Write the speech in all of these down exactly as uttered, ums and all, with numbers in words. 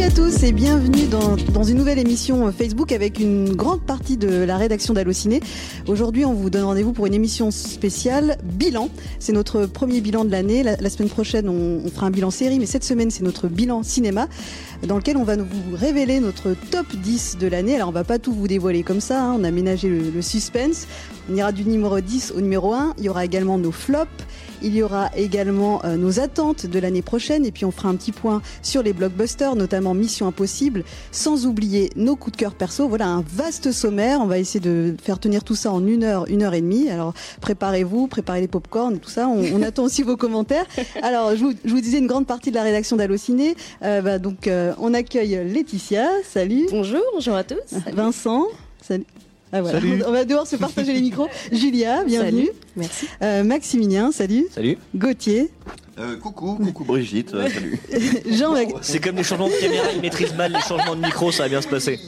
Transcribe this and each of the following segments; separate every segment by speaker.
Speaker 1: à tous et bienvenue dans, dans une nouvelle émission Facebook avec une grande partie de la rédaction d'Allociné. Aujourd'hui, on vous donne rendez-vous pour une émission spéciale bilan. C'est notre premier bilan de l'année. La, la semaine prochaine, on, on fera un bilan série, mais cette semaine, c'est notre bilan cinéma dans lequel on va vous révéler notre top dix de l'année. Alors, on va pas tout vous dévoiler comme ça, hein. On a ménagé le, le suspense. On ira du numéro dix au numéro un. Il y aura également nos flops. Il y aura également euh, nos attentes de l'année prochaine et puis on fera un petit point sur les blockbusters, notamment Mission Impossible, sans oublier nos coups de cœur perso. Voilà un vaste sommaire. On va essayer de faire tenir tout ça en une heure, une heure et demie. Alors préparez-vous, préparez les pop-corn et tout ça. On, on attend aussi vos commentaires. Alors je vous, je vous disais une grande partie de la rédaction d'Allociné. Euh, bah, donc euh, on accueille Laetitia. Salut.
Speaker 2: Bonjour, bonjour à tous. Salut.
Speaker 1: Vincent. Salut. Ah, voilà.
Speaker 3: Salut.
Speaker 1: On va devoir se partager les micros. Julia, bienvenue.
Speaker 2: Salut. Merci.
Speaker 1: Euh, Maximilien, salut.
Speaker 3: Salut.
Speaker 1: Gauthier.
Speaker 4: Euh, coucou, coucou Brigitte, euh, salut.
Speaker 1: Jean
Speaker 3: C'est comme les changements de caméra, il maîtrise mal les changements de micro, ça va bien se passer.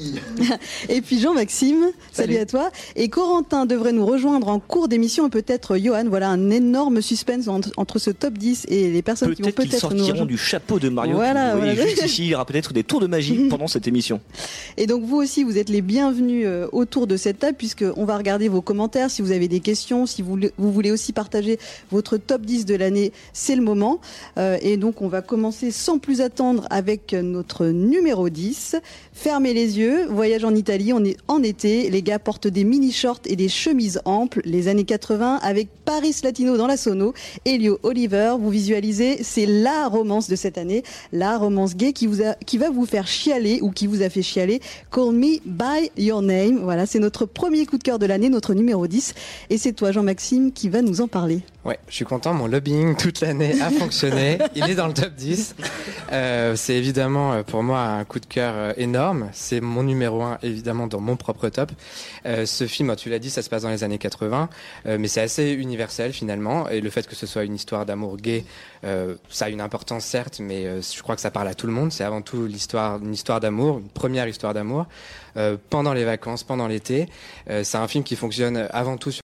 Speaker 1: Et puis Jean-Maxime, salut. salut à toi. Et Corentin devrait nous rejoindre en cours d'émission et peut-être Johan. Voilà un énorme suspense entre, entre ce top dix et les personnes
Speaker 3: peut-être
Speaker 1: qui vont peut-être
Speaker 3: qu'ils sortiront
Speaker 1: nous rejoindre
Speaker 3: du chapeau de Mario.
Speaker 1: Voilà,
Speaker 3: vous voyez
Speaker 1: voilà.
Speaker 3: juste ici, il y aura peut-être des tours de magie pendant cette émission.
Speaker 1: Et donc vous aussi, vous êtes les bienvenus euh, autour de cette table puisqu'on va regarder vos commentaires. Si vous avez des questions, si vous, vous voulez aussi partager votre top dix de l'année, c'est le moment. Euh, Et donc, on va commencer sans plus attendre avec notre numéro dix. Fermez les yeux. Voyage en Italie. On est en été. Les gars portent des mini-shorts et des chemises amples. Les années quatre-vingts avec Paris Latino dans la sono. Elio Oliver, vous visualisez, c'est la romance de cette année. La romance gay qui vous a, qui va vous faire chialer ou qui vous a fait chialer. Call Me By Your Name. Voilà, c'est notre premier coup de cœur de l'année, notre numéro dix. Et c'est toi, Jean-Maxime, qui va nous en parler.
Speaker 5: Ouais, je suis content, mon lobbying toute l'année a fonctionné, il est dans le top dix. Euh, c'est évidemment pour moi un coup de cœur énorme, c'est mon numéro un évidemment dans mon propre top. Euh, ce film, tu l'as dit, ça se passe dans les années quatre-vingts, euh, mais c'est assez universel finalement, et le fait que ce soit une histoire d'amour gay, euh, ça a une importance certes, mais euh, je crois que ça parle à tout le monde, c'est avant tout l'histoire, une histoire d'amour, une première histoire d'amour, euh, pendant les vacances, pendant l'été. Euh, c'est un film qui fonctionne avant tout sur